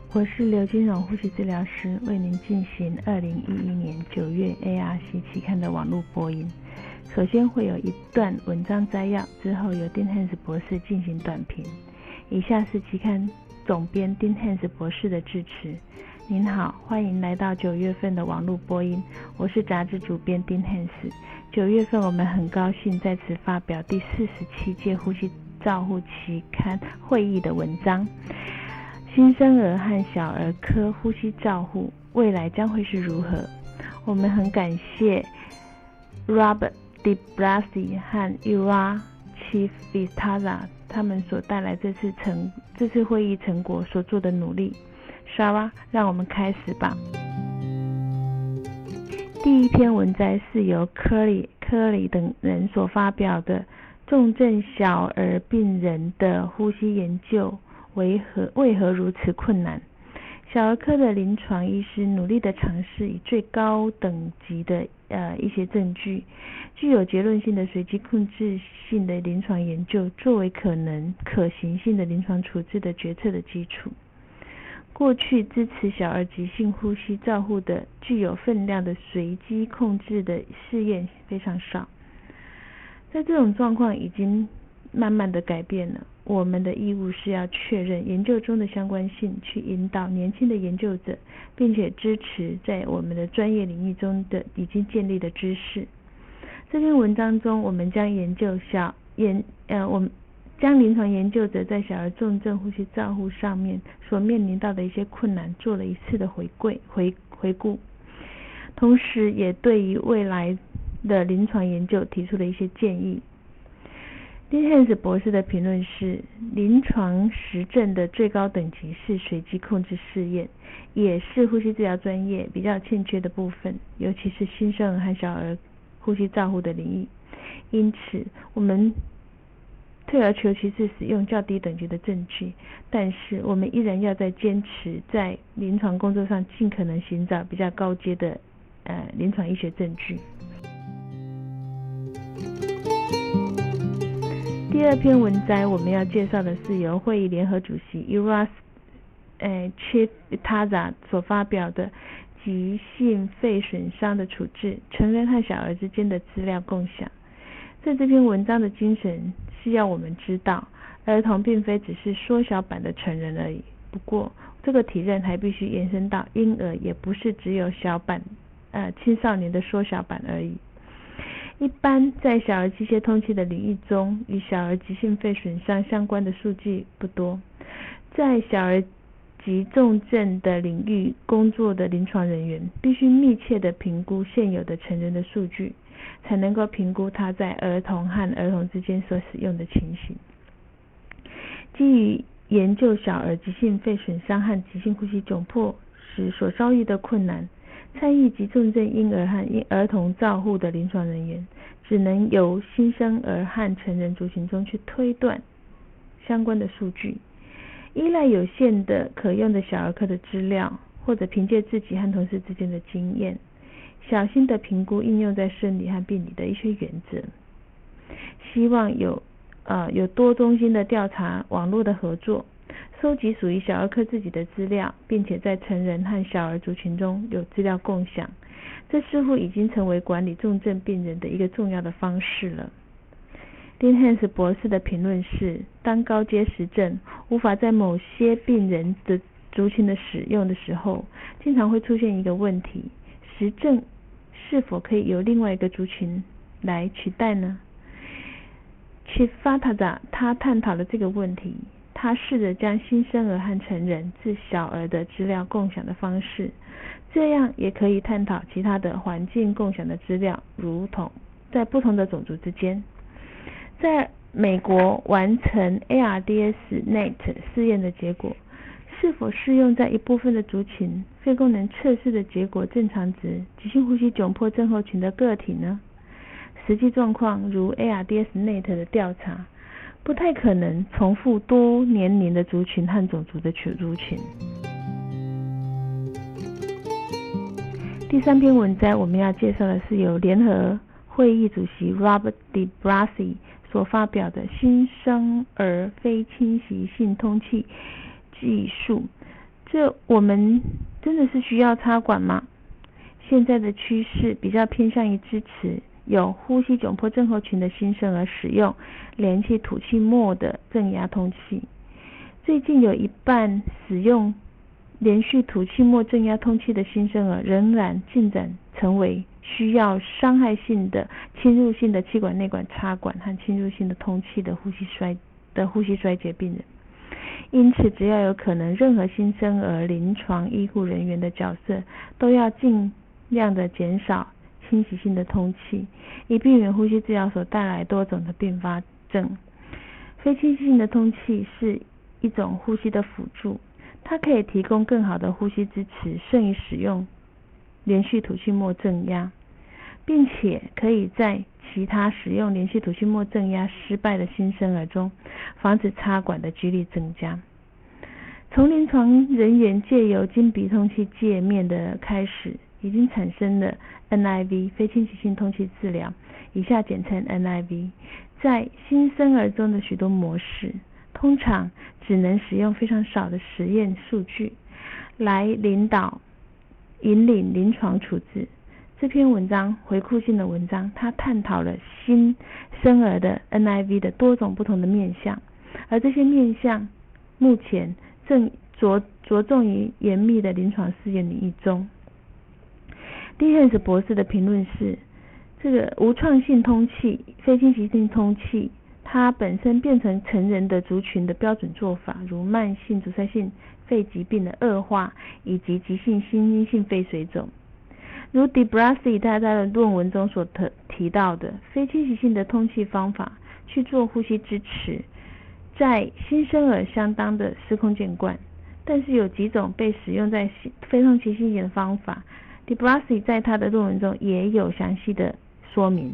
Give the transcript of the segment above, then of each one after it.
我是刘金荣呼吸治疗师，为您进行2011年9月 ARC 期刊的网络播音。首先会有一段文章摘要，之后由丁汉斯博士进行短评。以下是期刊总编丁汉斯博士的致辞。您好，欢迎来到9月份的网络播音，我是杂志主编丁汉斯。9月份我们很高兴在此发表第47届呼吸照护期刊会议的文章。新生儿和小儿科呼吸照护未来将会是如何？我们很感谢 Robert DiBrasi 和 Ira Chivitaza 他们所带来这次会议成果所做的努力。Sarah， 让我们开始吧。第一篇文摘是由科里等人所发表的重症小儿病人的呼吸研究为何如此困难？小儿科的临床医师努力的尝试以最高等级的一些证据，具有结论性的随机控制性的临床研究，作为可行性的临床处置的决策的基础。过去支持小儿急性呼吸照护的具有分量的随机控制的试验非常少。在这种状况已经慢慢的改变了，我们的义务是要确认研究中的相关性，去引导年轻的研究者，并且支持在我们的专业领域中的已经建立的知识。这篇文章中，我们将临床研究者在小儿重症呼吸照护上面所面临到的一些困难做了一次的回顾，同时也对于未来的临床研究提出了一些建议。丁汉斯博士的评论是：临床实证的最高等级是随机控制试验，也是呼吸治疗专业比较欠缺的部分，尤其是新生儿和小儿呼吸照护的领域。因此，我们退而求其次使用较低等级的证据，但是我们依然要坚持在临床工作上尽可能寻找比较高阶的临床医学证据。第二篇文摘我们要介绍的是由会议联合主席 Ira Chivitaza 所发表的急性肺损伤的处置，成人和小儿之间的资料共享。在这篇文章的精神是要我们知道，儿童并非只是缩小版的成人而已。不过，这个体认还必须延伸到婴儿，也不是只有青少年的缩小版而已。一般在小儿机械通气的领域中，与小儿急性肺损伤相关的数据不多。在小儿急重症的领域工作的临床人员，必须密切地评估现有的成人的数据，才能够评估它在儿童和儿童之间所使用的情形。基于研究小儿急性肺损伤和急性呼吸窘迫时所遭遇的困难，参与急重症婴儿和儿童照护的临床人员，只能由新生儿和成人族群中去推断相关的数据，依赖有限的可用的小儿科的资料，或者凭借自己和同事之间的经验，小心的评估应用在生理和病理的一些原则。希望有多中心的调查网络的合作，收集属于小儿科自己的资料，并且在成人和小儿族群中有资料共享。这似乎已经成为管理重症病人的一个重要的方式了。丁汉斯博士的评论是：当高阶实证无法在某些病人的族群的使用的时候，经常会出现一个问题：实证是否可以由另外一个族群来取代呢？Chivitaza 他探讨了这个问题，他试着将新生儿和成人至小儿的资料共享的方式，这样也可以探讨其他的环境共享的资料，如同在不同的种族之间。在美国完成 ARDS-NET 试验的结果，是否适用在一部分的族群肺功能测试的结果正常值急性呼吸窘迫症候群的个体呢？实际状况如 ARDS-NET 的调查，不太可能重复多年龄的族群和种族的族群。第三篇文摘我们要介绍的是由联合会议主席 Robert DiBrasi 所发表的新生儿非侵袭性通气技术这我们真的是需要插管吗？现在的趋势比较偏向于支持有呼吸窘迫症候群的新生儿使用连续吐气末的正压通气。最近有一半使用连续吐气末正压通气的新生儿仍然进展成为需要伤害性的侵入性的气管内管插管和侵入性的通气的呼吸衰竭病人。因此只要有可能，任何新生儿临床医护人员的角色都要尽量的减少侵袭性的通气，以避免呼吸治疗所带来多种的并发症。非侵袭性的通气是一种呼吸的辅助，它可以提供更好的呼吸支持，胜于使用连续吐气末正压，并且可以在其他使用连续吐气末正压失败的新生儿中，防止插管的几率增加。从临床人员借由经鼻通气界面的开始，已经产生了 NIV 非侵袭性通气治疗，以下简称 NIV， 在新生儿中的许多模式，通常只能使用非常少的实验数据来引领临床处置。这篇文章回顾性的文章，它探讨了新生儿的 NIV 的多种不同的面向，而这些面向目前正着重于严密的临床试验领域中。Dehens 博士的评论是，这个无创性通气、非侵袭性通气，它本身变成成人的族群的标准做法，如慢性阻塞性肺疾病的恶化以及急性心因性肺水肿。如 DeBrasi 他在论文中所提到的，非侵袭性的通气方法去做呼吸支持，在新生儿相当的司空见惯，但是有几种被使用在非通气性的方法， DeBrasi 在他的论文中也有详细的说明。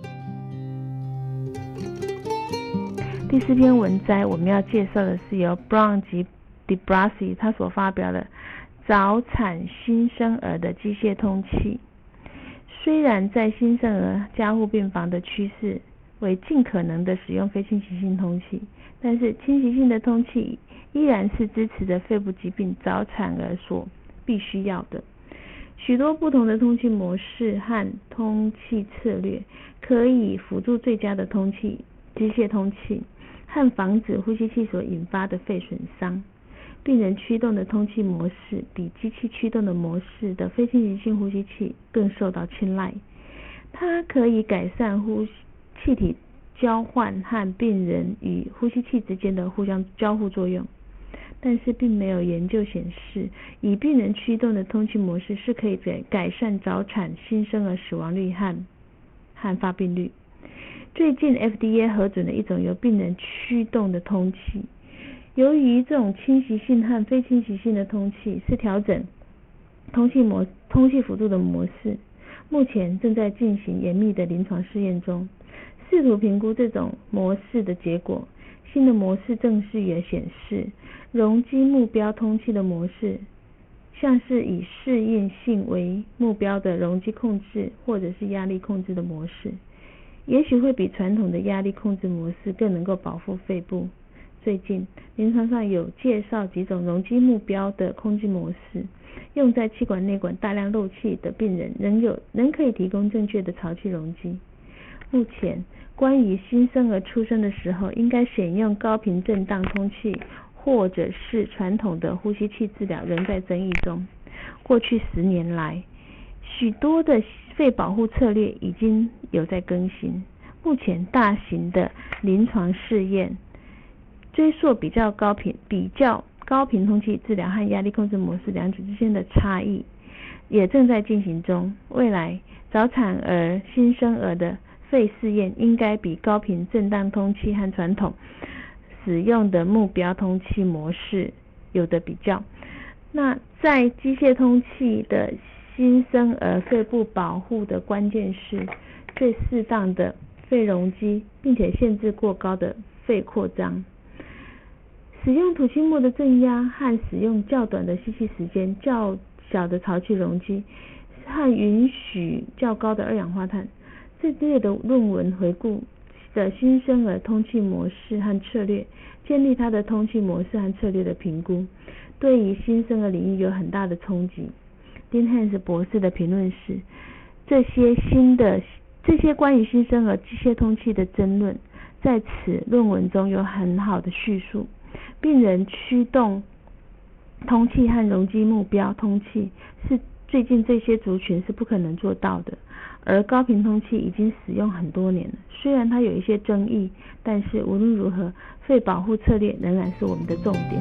第4篇文摘我们要介绍的是由 Brown 及 DeBrasi 他所发表的早产新生儿的机械通气。虽然在新生儿加护病房的趋势为尽可能的使用非侵袭性通气，但是侵袭性的通气依然是支持着肺部疾病早产儿所必须要的。许多不同的通气模式和通气策略可以辅助最佳的通气机械通气和防止呼吸器所引发的肺损伤。病人驱动的通气模式比机器驱动的模式的非侵袭性呼吸器更受到青睐。它可以改善气体交换和病人与呼吸器之间的互相交互作用，但是并没有研究显示以病人驱动的通气模式是可以改善早产新生儿死亡率和发病率。最近 FDA 核准了一种由病人驱动的通气。由于这种侵袭性和非侵袭性的通气是调整通气辅助的模式，目前正在进行严密的临床试验中，试图评估这种模式的结果。新的模式正式也显示，容积目标通气的模式，像是以适应性为目标的容积控制或者是压力控制的模式，也许会比传统的压力控制模式更能够保护肺部。最近临床上有介绍几种容积目标的空气模式，用在气管内管大量漏气的病人仍可以提供正确的潮气容积。目前关于新生儿出生的时候应该选用高频震荡通气或者是传统的呼吸器治疗仍在争议中。过去10年来，许多的肺保护策略已经有在更新。目前大型的临床试验追溯比较高频通气治疗和压力控制模式两者之间的差异也正在进行中。未来早产儿新生儿的肺试验应该比高频震荡通气和传统使用的目标通气模式有的比较。那在机械通气的新生儿肺部保护的关键是最适当的肺容积，并且限制过高的肺扩张。使用吐气末的正压和使用较短的吸气时间、较小的潮气容积和允许较高的二氧化碳，这类的论文回顾的新生儿通气模式和策略，建立他的通气模式和策略的评估，对于新生儿领域有很大的冲击。丁汉斯博士的评论是，这些关于新生儿机械通气的争论，在此论文中有很好的叙述。病人驱动通气和容积目标通气是最近这些族群是不可能做到的，而高频通气已经使用很多年了。虽然它有一些争议，但是无论如何，肺保护策略仍然是我们的重点。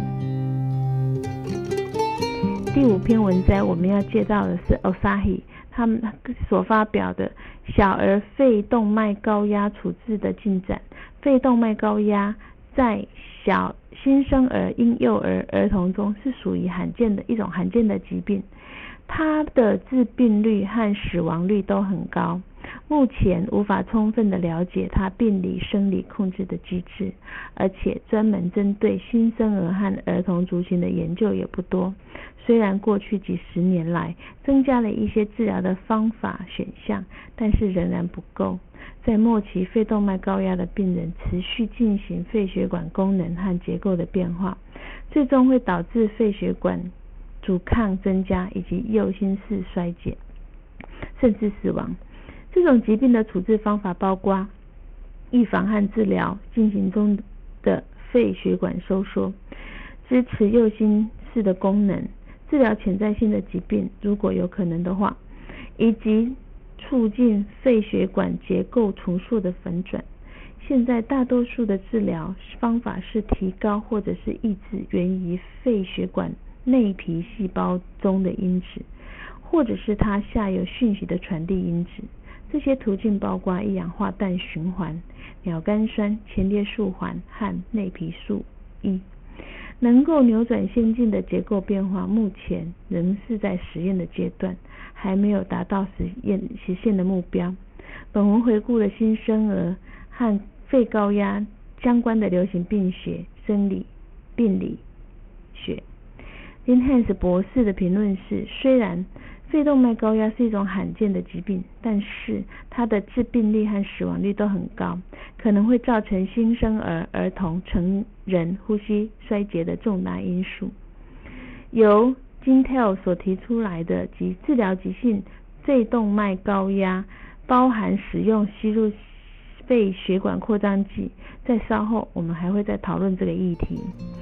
第5篇文摘我们要介绍的是 Osahi 他们所发表的小儿肺动脉高压处置的进展。肺动脉高压在新生儿、婴幼儿、儿童中是属于一种罕见的疾病，它的致病率和死亡率都很高。目前无法充分的了解它病理生理控制的机制，而且专门针对新生儿和儿童族群的研究也不多。虽然过去几十年来增加了一些治疗的方法选项，但是仍然不够。在末期肺动脉高压的病人持续进行肺血管功能和结构的变化，最终会导致肺血管阻抗增加以及右心室衰竭，甚至死亡。这种疾病的处置方法包括预防和治疗进行中的肺血管收缩，支持右心室的功能，治疗潜在性的疾病，如果有可能的话，以及促进肺血管结构重塑的反转。现在大多数的治疗方法是提高或者是抑制源于肺血管内皮细胞中的因子，或者是它下游讯息的传递因子。这些途径包括一氧化氮循环、鸟苷酸、前列素环和内皮素1。能够扭转先进的结构变化，目前仍是在实验的阶段，还没有达到实现的目标。本文回顾了新生儿和肺高压相关的流行病学、生理、病理学。林汉斯博士的评论是，虽然肺动脉高压是一种罕见的疾病，但是它的致病率和死亡率都很高，可能会造成新生儿、儿童、成人呼吸衰竭的重大因素。由金泰所提出来的治疗急性肺动脉高压，包含使用吸入肺血管扩张剂，在稍后我们还会再讨论这个议题。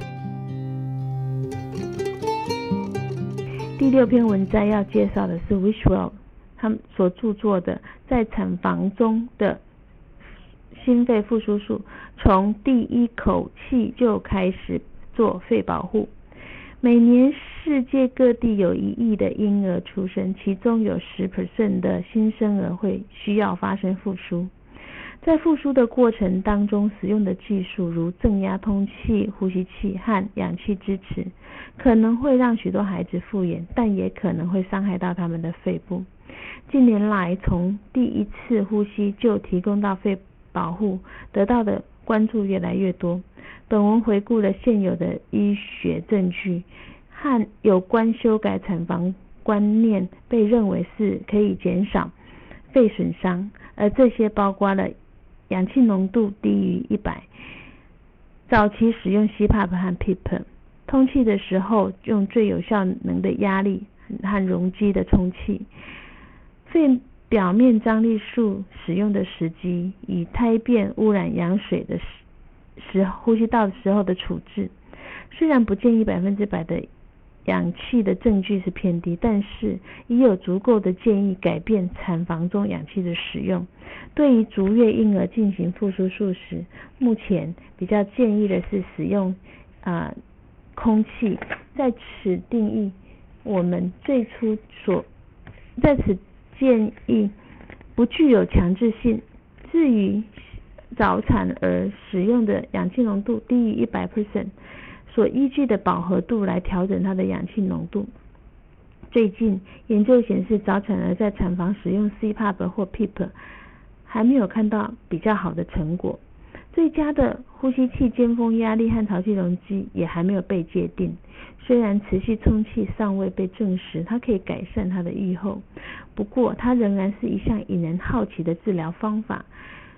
第6篇文摘要介绍的是 Wishwell 他们所著作的在产房中的心肺复苏术，从第一口气就开始做肺保护。每年世界各地有1亿的婴儿出生，其中有10% 的新生儿会需要发生复苏。在复苏的过程当中使用的技术，如正压通气呼吸器和氧气支持，可能会让许多孩子复原，但也可能会伤害到他们的肺部。近年来，从第一次呼吸就提供到肺保护得到的关注越来越多。本文回顾了现有的医学证据和有关修改产房观念被认为是可以减少肺损伤，而这些包括了氧气浓度低于100，早期使用 CPAP 和 PEEP， 通气的时候用最有效能的压力和容积的充气，肺表面张力束使用的时机，以胎便污染羊水的呼吸道的时候的处置。虽然不建议100%的氧气的证据是偏低，但是已有足够的建议改变产房中氧气的使用。对于足月婴儿进行复苏术时，目前比较建议的是使用空气。在此定义，我们在此建议不具有强制性。至于早产儿使用的氧气浓度低于100%，所依据的饱和度来调整它的氧气浓度。最近研究显示，早产儿在产房使用 CPAP 或 PEEP 还没有看到比较好的成果。最佳的呼吸器尖峰压力和潮气容积也还没有被界定。虽然持续充气尚未被证实它可以改善它的预后，不过它仍然是一项引人好奇的治疗方法。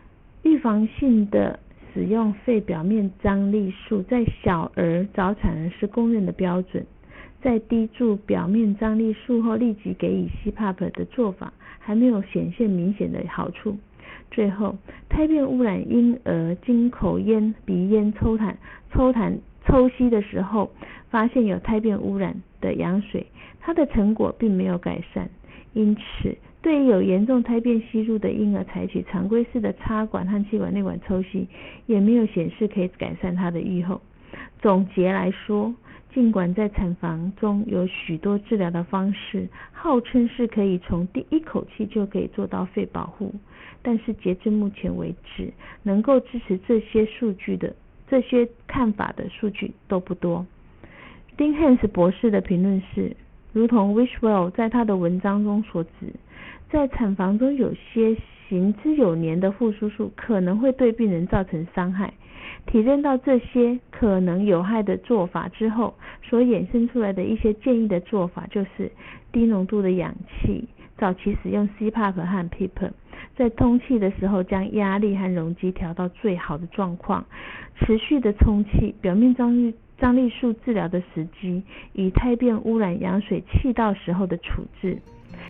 预防性的使用肺表面张力术在小儿早产儿是公认的标准。在滴注表面张力术后立即给予 CPAP 的做法还没有显现明显的好处。最后，胎便污染婴儿经口咽、鼻咽抽吸的时候，发现有胎便污染的羊水，它的成果并没有改善。因此，对于有严重胎便吸入的婴儿采取常规式的插管和气管内管抽吸，也没有显示可以改善它的预后。总结来说，尽管在产房中有许多治疗的方式，号称是可以从第一口气就可以做到肺保护，但是截至目前为止，能够支持这些看法的数据都不多。丁汉斯博士的评论是，如同 Wishwell 在他的文章中所指，在产房中有些行之有年的复苏术可能会对病人造成伤害。体认到这些可能有害的做法之后，所衍生出来的一些建议的做法就是低浓度的氧气，早期使用 CPAP 和 PEEP， 在通气的时候将压力和容积调到最好的状况，持续的充气，表面张力术治疗的时机，以胎便污染羊水气道时候的处置。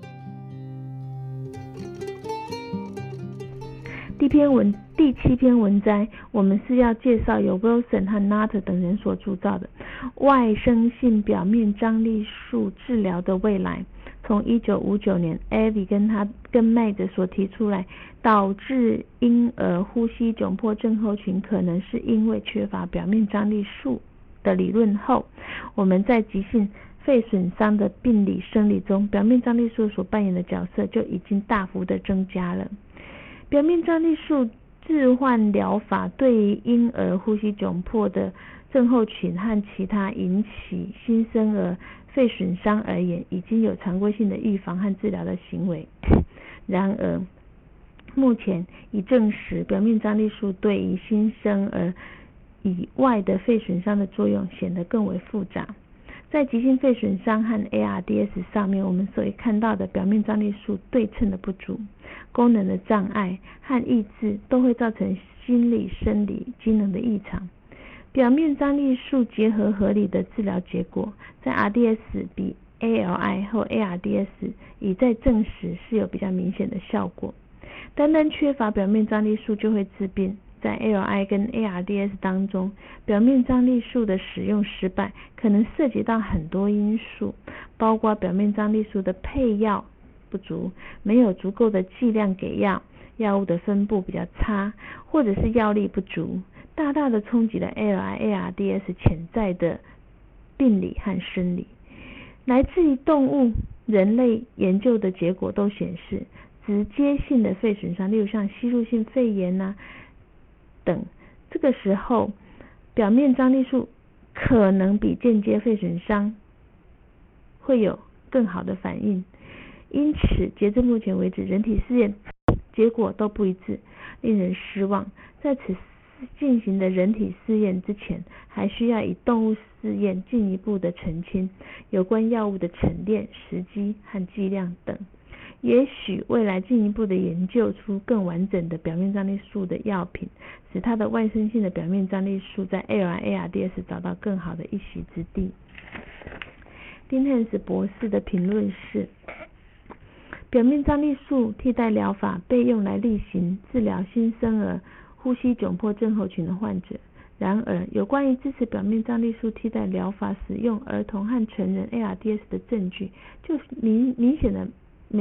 第7篇文摘，我们是要介绍由 Wilson 和 Nutter 等人所铸造的外生性表面张力术治疗的未来。从1959年 Evie 跟 Maid 所提出来，导致婴儿呼吸窘迫症候群可能是因为缺乏表面张力术的理论后，我们在急性肺损伤的病理生理中，表面张力术所扮演的角色就已经大幅的增加了。表面张力术置换疗法对于婴儿呼吸窘迫的症候群和其他引起新生儿肺损伤而言，已经有常规性的预防和治疗的行为。然而，目前已证实表面张力术对于新生儿以外的肺损伤的作用显得更为复杂。在急性肺损伤和 ARDS 上面，我们所看到的表面张力术对称的不足、功能的障碍和抑制，都会造成心理、生理机能的异常。表面张力术结合合理的治疗结果，在 RDS 比 ALI 或 ARDS 已在证实是有比较明显的效果。单单缺乏表面张力术就会致病。在 ALI 跟 ARDS 当中，表面张力术的使用失败可能涉及到很多因素，包括表面张力术的配药不足，没有足够的剂量给药，药物的分布比较差，或者是药力不足，大大的冲击了 ALI、ARDS 潜在的病理和生理。来自于动物、人类研究的结果都显示，直接性的肺损伤，例如像吸入性肺炎等，这个时候表面张力术可能比间接肺损伤会有更好的反应。因此，截至目前为止，人体试验结果都不一致，令人失望。在此进行的人体试验之前，还需要以动物试验进一步的澄清有关药物的沉淀、时机和剂量等。也许未来进一步的研究出更完整的表面张力术的药品，使它的外生性的表面张力术在 ALI、ARDS 找到更好的一席之地。丁汉斯博士的评论是，表面张力术替代疗法被用来例行治疗新生儿呼吸窘迫症候群的患者。然而，有关于支持表面张力术替代疗法使用儿童和成人 ARDS 的证据，就明显的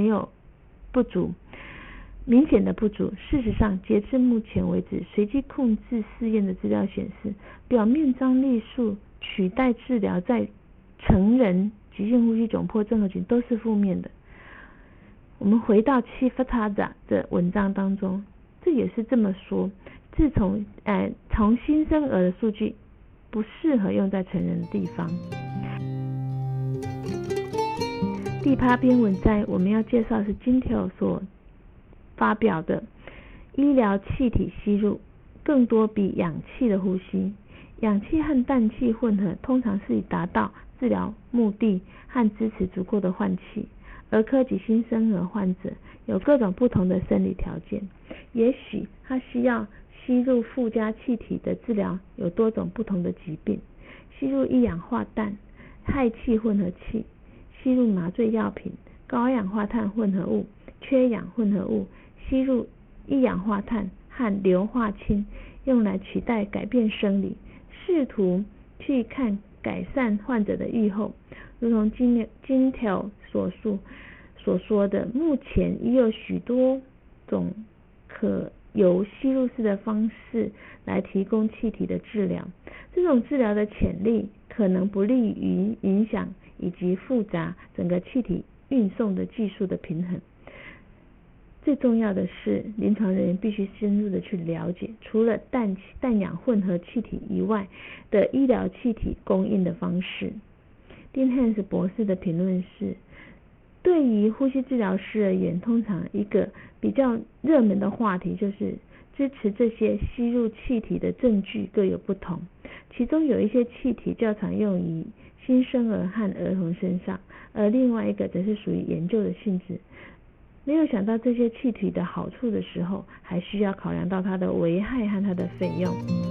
不足。事实上，截至目前为止，随机控制试验的资料显示，表面张力术取代治疗在成人急性呼吸窘迫症候群都是负面的。我们回到七夫塔扎的文章当中，这也是这么说。自从新生儿的数据不适合用在成人的地方。第8篇文摘我们要介绍的是金条所发表的医疗气体吸入更多比氧气的呼吸。氧气和氮气混合通常是以达到治疗目的和支持足够的换气， 儿科及新生儿患者有各种不同的生理条件，也许他需要吸入附加气体的治疗有多种不同的疾病，吸入一氧化氮、氦气混合器，吸入麻醉药品、高氧化碳混合物、缺氧混合物，吸入一氧化碳和硫化氢，用来取代改变生理，试图去看改善患者的预后。如同金条所说的，目前已有许多种可由吸入式的方式来提供气体的治疗，这种治疗的潜力可能不利于影响以及复杂整个气体运送的技术的平衡。最重要的是，临床人员必须深入的去了解，除了氮氧混合气体以外的医疗气体供应的方式。丁汉斯博士的评论是，对于呼吸治疗师而言，通常一个比较热门的话题就是支持这些吸入气体的证据各有不同，其中有一些气体较常用于新生儿和儿童身上，而另外一个则是属于研究的性质。没有想到这些气体的好处的时候，还需要考量到它的危害和它的费用。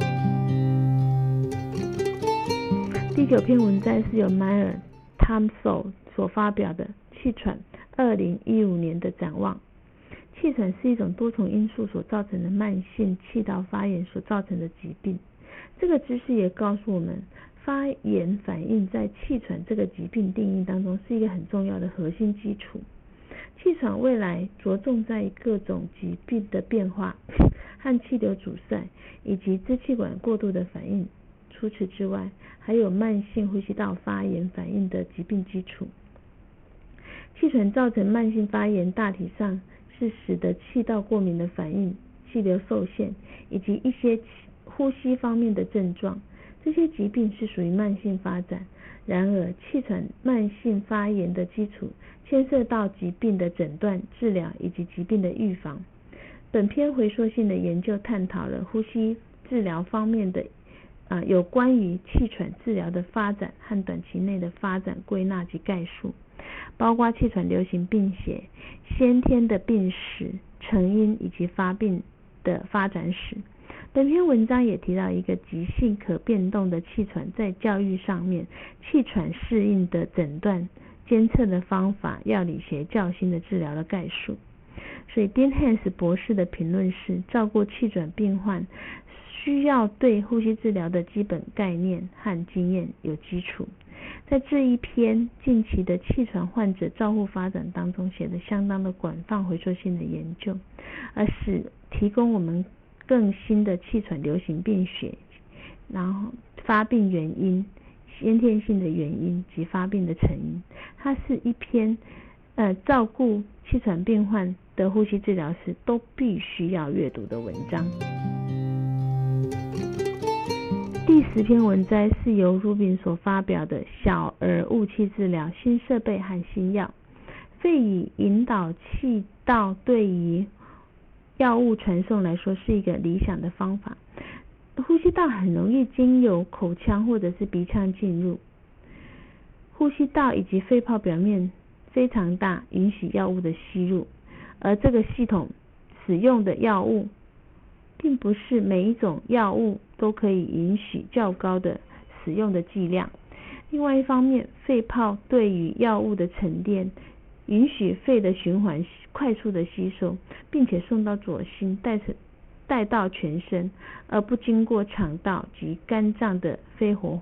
第9篇文摘是由迈尔·汤索所发表的气喘2015年的展望。气喘是一种多重因素所造成的慢性气道发炎所造成的疾病。这个知识也告诉我们，发炎反应在气喘这个疾病定义当中是一个很重要的核心基础。气喘未来着重在各种疾病的变化和气流阻塞以及支气管过度的反应，除此之外还有慢性呼吸道发炎反应的疾病基础。气喘造成慢性发炎大体上是使得气道过敏的反应、气流受限以及一些呼吸方面的症状，这些疾病是属于慢性发展。然而气喘慢性发炎的基础牵涉到疾病的诊断、治疗以及疾病的预防。本篇回溯性的研究探讨了呼吸治疗方面的有关于气喘治疗的发展和短期内的发展归纳及概述，包括气喘流行病学、先天的病史、成因以及发病的发展史。本篇文章也提到一个急性可变动的气喘在教育上面气喘适应的诊断、监测的方法、药理学较新的治疗的概述。所以丁汉斯博士的评论是，照顾气喘病患需要对呼吸治疗的基本概念和经验有基础。在这一篇近期的气喘患者照护发展当中写的相当的广泛回溯性的研究，而是提供我们更新的气喘流行病学，然后发病原因、先天性的原因及发病的成因。它是一篇照顾气喘病患的呼吸治疗师都必须要阅读的文章。第10篇文摘是由 Rubin 所发表的小儿雾气治疗新设备和新药。肺以引导气道对于药物传送来说是一个理想的方法。呼吸道很容易经由口腔或者是鼻腔进入，呼吸道以及肺泡表面非常大，允许药物的吸入，而这个系统使用的药物并不是每一种药物都可以允许较高的使用的剂量。另外一方面，肺泡对于药物的沉淀允许肺的循环快速的吸收，并且送到左心带到全身，而不经过肠道及肝脏的非活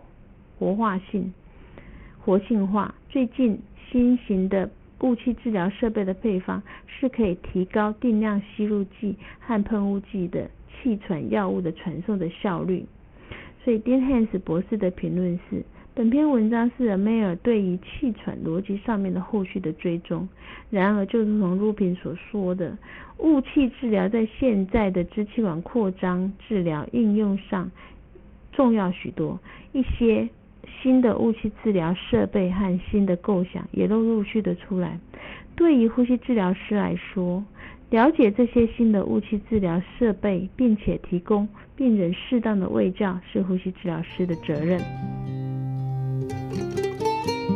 性化。最近新型的雾气治疗设备的配方是可以提高定量吸入剂和喷雾剂的气喘药物的传送的效率。所以丁汉斯博士的评论是，本篇文章是梅尔对于气喘逻辑上面的后续的追踪。然而就如同路平所说的，雾气治疗在现在的支气管扩张治疗应用上重要许多，一些新的雾气治疗设备和新的构想也都陆续的出来。对于呼吸治疗师来说，了解这些新的雾气治疗设备并且提供病人适当的卫教是呼吸治疗师的责任。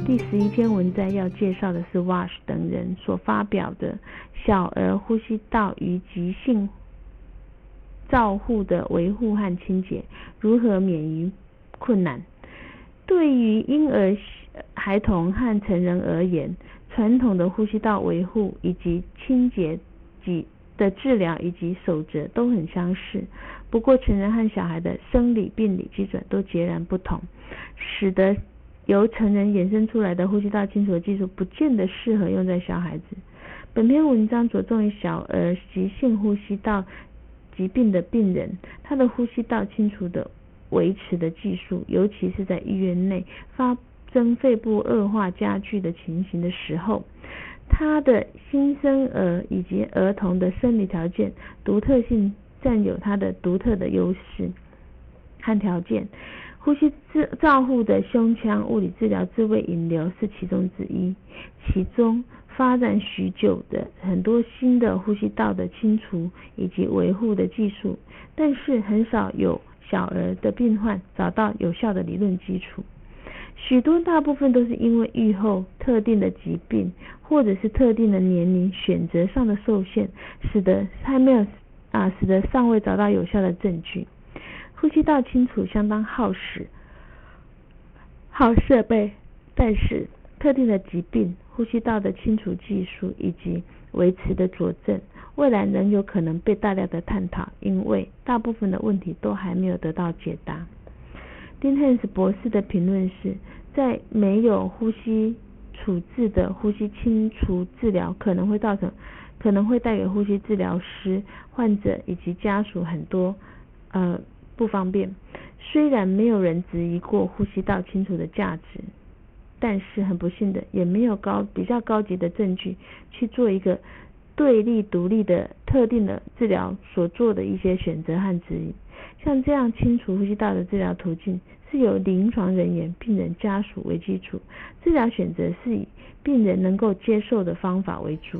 第11篇文摘要介绍的是 Wash 等人所发表的小儿呼吸道与急性照护的维护和清洁，如何免于困难。对于婴儿、孩童和成人而言，传统的呼吸道维护以及清洁的治疗以及守则都很相似，不过成人和小孩的生理病理基准都截然不同，使得由成人衍生出来的呼吸道清除技术不见得适合用在小孩子。本篇文章着重于小儿急性呼吸道疾病的病人，他的呼吸道清除的维持的技术，尤其是在医院内发生肺部恶化加剧的情形的时候，他的新生儿以及儿童的生理条件独特性占有它的独特的优势和条件。呼吸照护的胸腔物理治疗自慰引流是其中之一，其中发展许久的很多新的呼吸道的清除以及维护的技术，但是很少有小儿的病患找到有效的理论基础。大部分都是因为预后特定的疾病或者是特定的年龄选择上的受限，使得尚未找到有效的证据。呼吸道清除相当耗时、耗设备，但是特定的疾病呼吸道的清除技术以及维持的佐证，未来仍有可能被大量的探讨，因为大部分的问题都还没有得到解答。丁汉斯博士的评论是，在没有呼吸处置的呼吸清除治疗可能会带给呼吸治疗师、患者以及家属很多不方便。虽然没有人质疑过呼吸道清除的价值，但是很不幸的，也没有比较高级的证据去做一个对立独立的特定的治疗所做的一些选择和指引。像这样清除呼吸道的治疗途径是由临床人员、病人家属为基础，治疗选择是以病人能够接受的方法为主。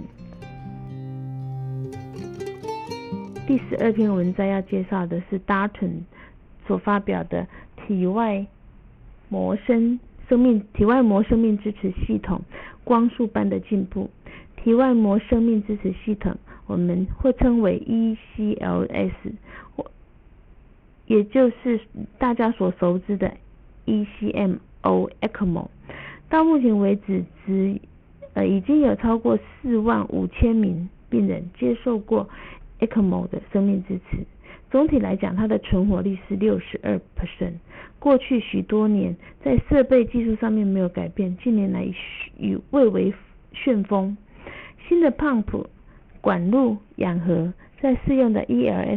第12篇文摘要介绍的是 Darton 所发表的体外膜生命支持系统光速般的进步。体外膜生命支持系统我们会称为 ECLS， 也就是大家所熟知的 ECMO。 到目前为止已经有超过45000名病人接受过 ECMO 的生命支持。总体来讲，它的存活率是 62%。 过去许多年在设备技术上面没有改变，近年来已蔚为旋风。新的 pump 管路氧合在适用的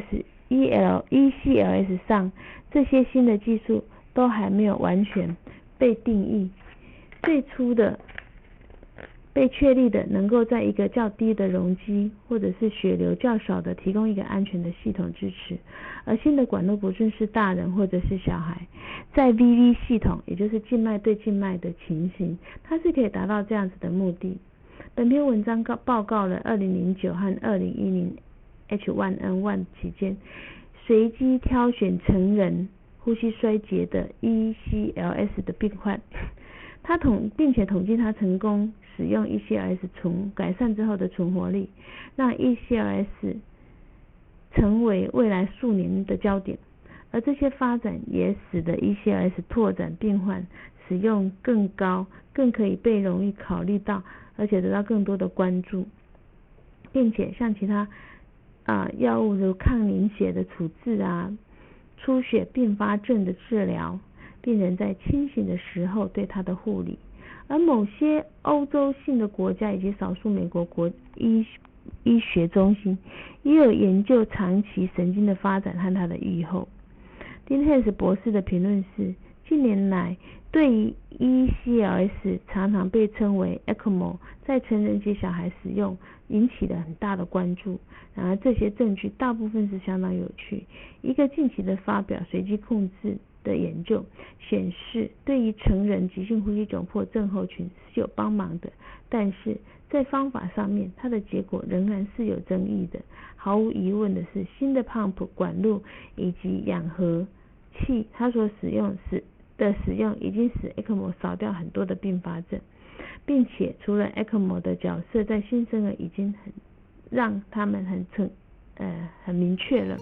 ECLS 上，这些新的技术都还没有完全被定义。最初的被确立的能够在一个较低的容积或者是血流较少的提供一个安全的系统支持，而新的管路不论是大人或者是小孩，在 VV 系统也就是静脉对静脉的情形，它是可以达到这样子的目的。本篇文章报告了2009和2010 H1N1 期间随机挑选成人呼吸衰竭的 ECLS 的病患，并且统计他成功使用 ECLS 改善之后的存活率，让 ECLS 成为未来数年的焦点。而这些发展也使得 ECLS 拓展病患使用更高、更可以被容易考虑到，而且得到更多的关注，并且像其他药物如抗凝血的处置出血并发症的治疗，病人在清醒的时候对他的护理。而某些欧洲性的国家以及少数美国医学中心也有研究长期神经的发展和它的预后。丁汉斯博士的评论是，近年来对于 ECLS 常常被称为 ECMO 在成人及小孩使用引起了很大的关注。然而这些证据大部分是相当有趣。一个近期的发表随机控制的研究显示，对于成人急性呼吸窘迫症候群是有帮忙的，但是在方法上面它的结果仍然是有争议的。毫无疑问的是，新的 pump 管路以及氧合器它所使用的使用已经使 ECMO 少掉很多的并发症，并且除了 ECMO 的角色在新生儿已经让他们很明确了。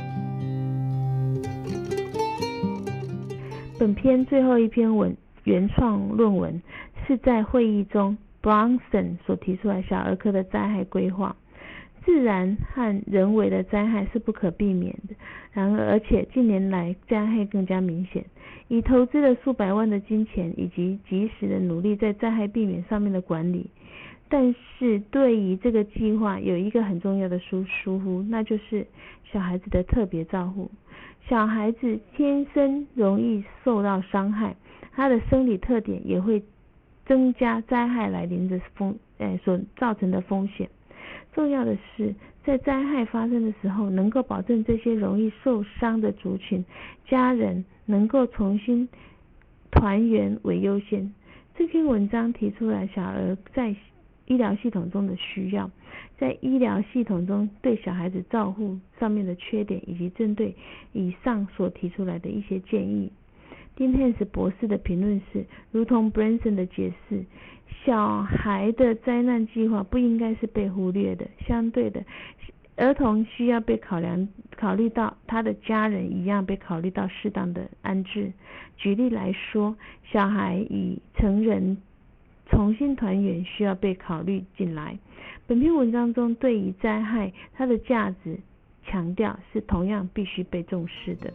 本篇最后一篇原创论文是在会议中 Bronson 所提出来小儿科的灾害规划。自然和人为的灾害是不可避免的，然而且近年来灾害更加明显，已投资了数百万的金钱以及及时的努力在灾害避免上面的管理，但是对于这个计划有一个很重要的疏忽，那就是小孩子的特别照护。小孩子天生容易受到伤害，他的生理特点也会增加灾害来临的所造成的风险。重要的是，在灾害发生的时候，能够保证这些容易受伤的族群家人能够重新团圆为优先。这篇文章提出来小儿在医疗系统中的需要，在医疗系统中对小孩子照护上面的缺点，以及针对以上所提出来的一些建议。丁汉斯博士的评论是，如同 Branson 的解释，小孩的灾难计划不应该是被忽略的，相对的，儿童需要被考虑到他的家人一样被考虑到适当的安置。举例来说，小孩与成人重新团圆需要被考虑进来。本篇文章中对于灾害它的价值强调是同样必须被重视的。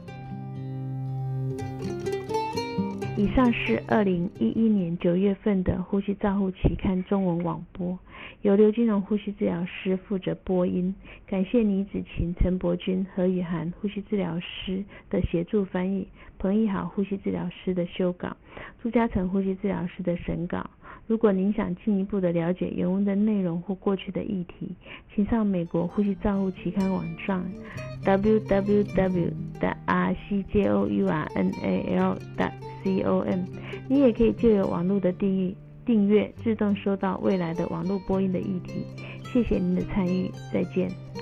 以上是2011年9月份的呼吸照护期刊中文网播，由刘金荣呼吸治疗师负责播音，感谢倪子琴、陈伯君、何雨涵呼吸治疗师的协助翻译，彭义豪呼吸治疗师的修稿，朱嘉诚呼吸治疗师的审稿。如果您想进一步的了解原文的内容或过去的议题，请上美国呼吸照护期刊网站 www.rcjournal.com。你也可以借由网络的订阅，自动收到未来的网络播音的议题。谢谢您的参与，再见。